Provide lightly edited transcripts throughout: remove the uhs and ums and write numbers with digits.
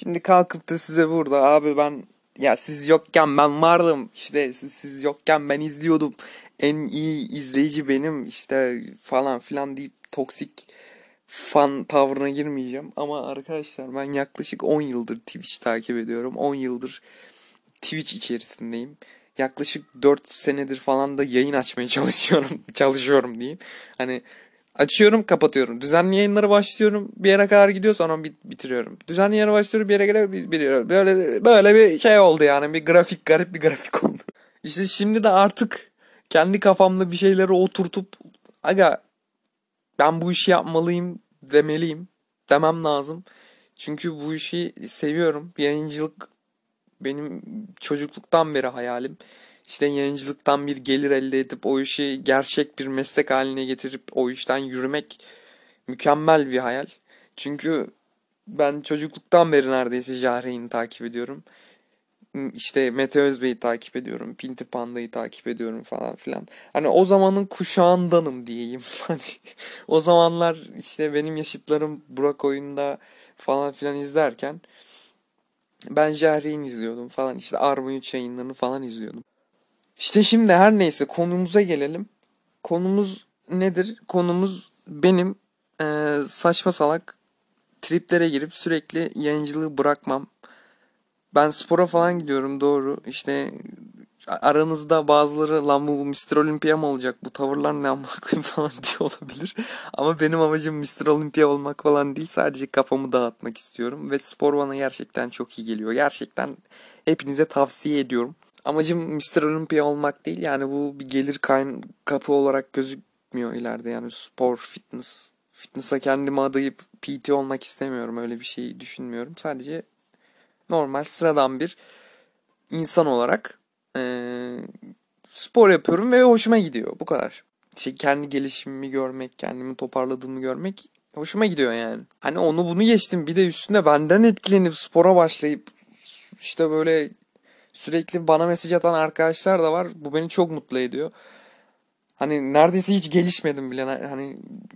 Şimdi kalkıp da size burada abi ben ya siz yokken ben vardım işte siz yokken ben izliyordum en iyi izleyici benim işte falan filan deyip toksik fan tavrına girmeyeceğim. Ama arkadaşlar ben yaklaşık 10 yıldır Twitch takip ediyorum. 10 yıldır Twitch içerisindeyim. Yaklaşık 4 senedir falan da yayın açmaya çalışıyorum. Çalışıyorum diyeyim. Hani açıyorum kapatıyorum. Düzenli yayınlara başlıyorum. Bir yere kadar gidiyor sonra bitiriyorum. Düzenli yayına başlıyorum bir yere kadar bitiriyorum. Böyle bir şey oldu yani. Bir grafik garip bir grafik oldu. İşte şimdi de artık kendi kafamda bir şeyleri oturtup aga ben bu işi yapmalıyım demeliyim. Demem lazım. Çünkü bu işi seviyorum. Yayıncılık benim çocukluktan beri hayalim. İşte yayıncılıktan bir gelir elde edip o işi gerçek bir meslek haline getirip o işten yürümek mükemmel bir hayal. Çünkü ben çocukluktan beri neredeyse Jahreyn'i takip ediyorum. İşte Mete Özbey'i takip ediyorum. Pinti Panda'yı takip ediyorum falan filan. Hani o zamanın kuşağındanım diyeyim. Hani o zamanlar işte benim yaşıtlarım Burak oyunda falan filan izlerken ben Jahreyn izliyordum falan. İşte Arma 3 yayınlarını falan izliyordum. İşte şimdi her neyse konumuza gelelim. Konumuz nedir? Konumuz benim saçma salak triplere girip sürekli yayıncılığı bırakmam. Ben spora falan gidiyorum doğru. İşte aranızda bazıları lan bu Mr. Olympia mı olacak? Bu tavırlar ne amına koyayım falan diye olabilir. Ama benim amacım Mr. Olympia olmak falan değil. Sadece kafamı dağıtmak istiyorum. Ve spor bana gerçekten çok iyi geliyor. Gerçekten hepinize tavsiye ediyorum. Amacım Mr. Olympia olmak değil. Yani bu bir gelir kapı olarak gözükmüyor ileride. Yani spor, fitness. Fitness'a kendimi adayıp PT olmak istemiyorum. Öyle bir şey düşünmüyorum. Sadece normal sıradan bir insan olarak spor yapıyorum ve hoşuma gidiyor. Bu kadar. Şey, kendi gelişimimi görmek, kendimi toparladığımı görmek hoşuma gidiyor yani. Hani onu bunu geçtim. Bir de üstünde benden etkilenip spora başlayıp işte böyle sürekli bana mesaj atan arkadaşlar da var. Bu beni çok mutlu ediyor. Hani neredeyse hiç gelişmedim bile. Hani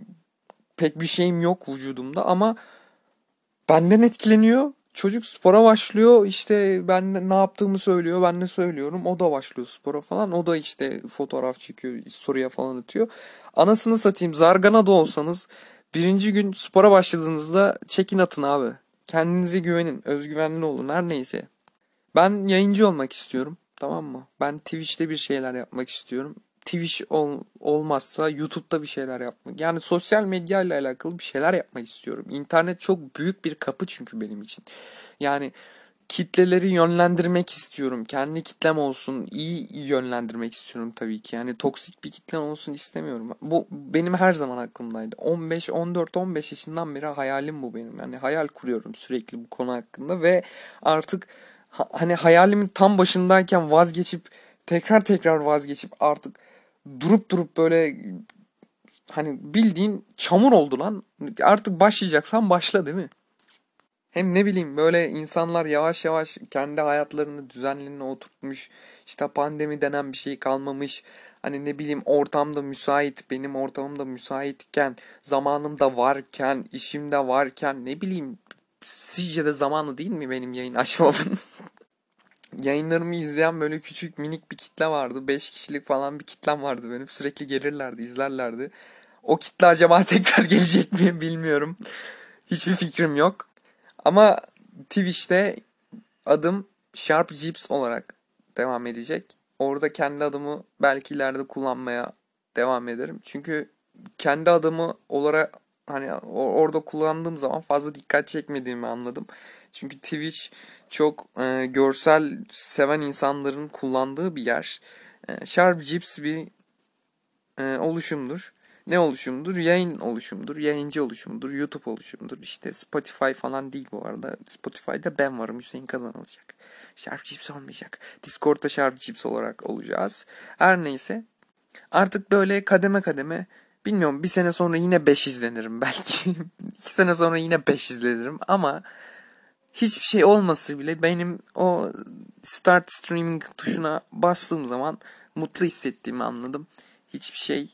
pek bir şeyim yok vücudumda ama benden etkileniyor. Çocuk spora başlıyor. İşte ben ne yaptığımı söylüyor. Ben ne söylüyorum. O da başlıyor spora falan. O da işte fotoğraf çekiyor. Story'e falan atıyor. Anasını satayım. Zargana da olsanız birinci gün spora başladığınızda çekin atın abi. Kendinize güvenin. Özgüvenli olun. Her neyse. Ben yayıncı olmak istiyorum. Tamam mı? Ben Twitch'te bir şeyler yapmak istiyorum. Twitch olmazsa YouTube'da bir şeyler yapmak. Yani sosyal medya ile alakalı bir şeyler yapmak istiyorum. İnternet çok büyük bir kapı çünkü benim için. Yani kitleleri yönlendirmek istiyorum. Kendi kitlem olsun. İyi yönlendirmek istiyorum tabii ki. Yani toksik bir kitlem olsun istemiyorum. Bu benim her zaman aklımdaydı. 15, 14, 15 yaşından beri hayalim bu benim. Yani hayal kuruyorum sürekli bu konu hakkında ve artık hani hayalimin tam başındayken vazgeçip tekrar vazgeçip artık durup durup böyle hani bildiğin çamur oldu lan. Artık başlayacaksan başla değil mi? Hem ne bileyim böyle insanlar yavaş yavaş kendi hayatlarını düzenlerine oturtmuş. İşte pandemi denen bir şey kalmamış. Hani ne bileyim ortamda müsait, benim ortamım da müsaitken, zamanım da varken, işim de varken ne bileyim sizce de zamanı değil mi benim yayın açmamın? Yayınlarımı izleyen böyle küçük minik bir kitle vardı. 5 kişilik falan bir kitlem vardı benim. Sürekli gelirlerdi, izlerlerdi. O kitle acaba tekrar gelecek mi bilmiyorum. Hiçbir fikrim yok. Ama Twitch'te adım Sharp Jeeps olarak devam edecek. Orada kendi adımı belki ileride kullanmaya devam ederim. Çünkü kendi adımı olarak hani orada kullandığım zaman fazla dikkat çekmediğimi anladım. Çünkü Twitch çok görsel seven insanların kullandığı bir yer. Sharp Jeeps bir oluşumdur. Ne oluşumdur? Yayın oluşumdur. Yayıncı oluşumdur. YouTube oluşumdur. İşte Spotify falan değil bu arada. Spotify'da ben varım. Hüseyin Kazan olacak. Sharp Chips olmayacak. Discord'da Sharp Chips olarak olacağız. Her neyse. Artık böyle kademe kademe bilmiyorum bir sene sonra yine 5 izlenirim belki. 2 sene sonra yine 5 izlenirim ama hiçbir şey olması bile benim o start streaming tuşuna bastığım zaman mutlu hissettiğimi anladım. Hiçbir şey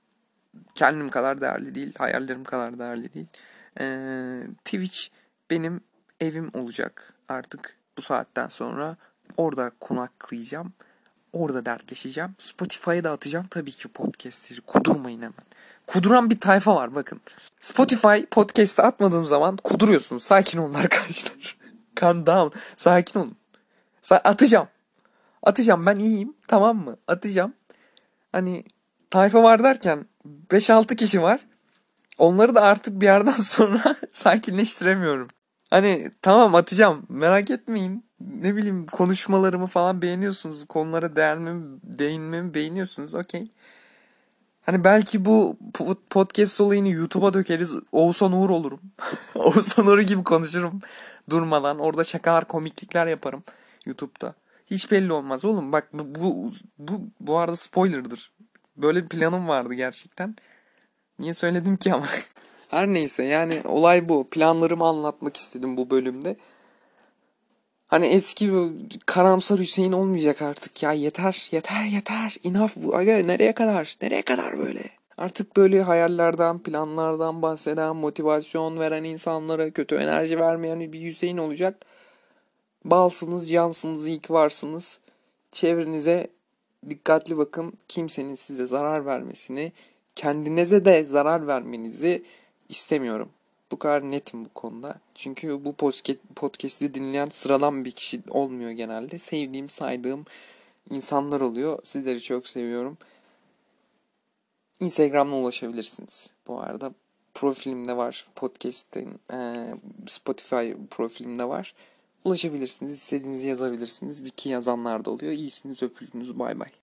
kendim kadar değerli değil, hayallerim kadar değerli değil. Twitch benim evim olacak artık bu saatten sonra. Orada konaklayacağım. Orada dertleşeceğim. Spotify'a da atacağım tabii ki podcastleri. Kudurmayın hemen. Kuduran bir tayfa var bakın. Spotify podcast'ı atmadığım zaman kuduruyorsunuz. Sakin olun arkadaşlar. Calm down. Sakin olun. Atacağım. Atacağım, ben iyiyim, tamam mı? Atacağım. Hani tayfa var derken 5-6 kişi var. Onları da artık bir yerden sonra sakinleştiremiyorum. Hani tamam, atacağım. Merak etmeyin. Ne bileyim, konuşmalarımı falan beğeniyorsunuz. Konulara değinmemi beğeniyorsunuz. Okey. Hani belki bu podcast olayını YouTube'a dökeriz. Oğuzhan Uğur olurum. Oğuzhan Uğur gibi konuşurum durmadan. Orada şakalar, komiklikler yaparım YouTube'da. Hiç belli olmaz oğlum. Bak bu arada spoiler'dır. Böyle bir planım vardı gerçekten. Niye söyledim ki ama. Her neyse, yani olay bu. Planlarımı anlatmak istedim bu bölümde. Hani eski karamsar Hüseyin olmayacak artık ya. Yeter, yeter, yeter. Enough. Aga, nereye kadar? Nereye kadar böyle? Artık böyle hayallerden, planlardan bahseden, motivasyon veren insanlara, kötü enerji vermeyen bir Hüseyin olacak. Balsınız, yansınız, iyi ki varsınız. Çevrenize dikkatli bakın. Kimsenin size zarar vermesini, kendinize de zarar vermenizi istemiyorum. Bu kadar netim bu konuda. Çünkü bu podcast'i dinleyen sıradan bir kişi olmuyor genelde. Sevdiğim, saydığım insanlar oluyor. Sizleri çok seviyorum. Instagram'da ulaşabilirsiniz. Bu arada profilimde var. Podcast'in Spotify profilimde var. Ulaşabilirsiniz. İstediğinizi yazabilirsiniz. Ki yazanlar da oluyor. İyisiniz, öpüldünüz. Bay bay.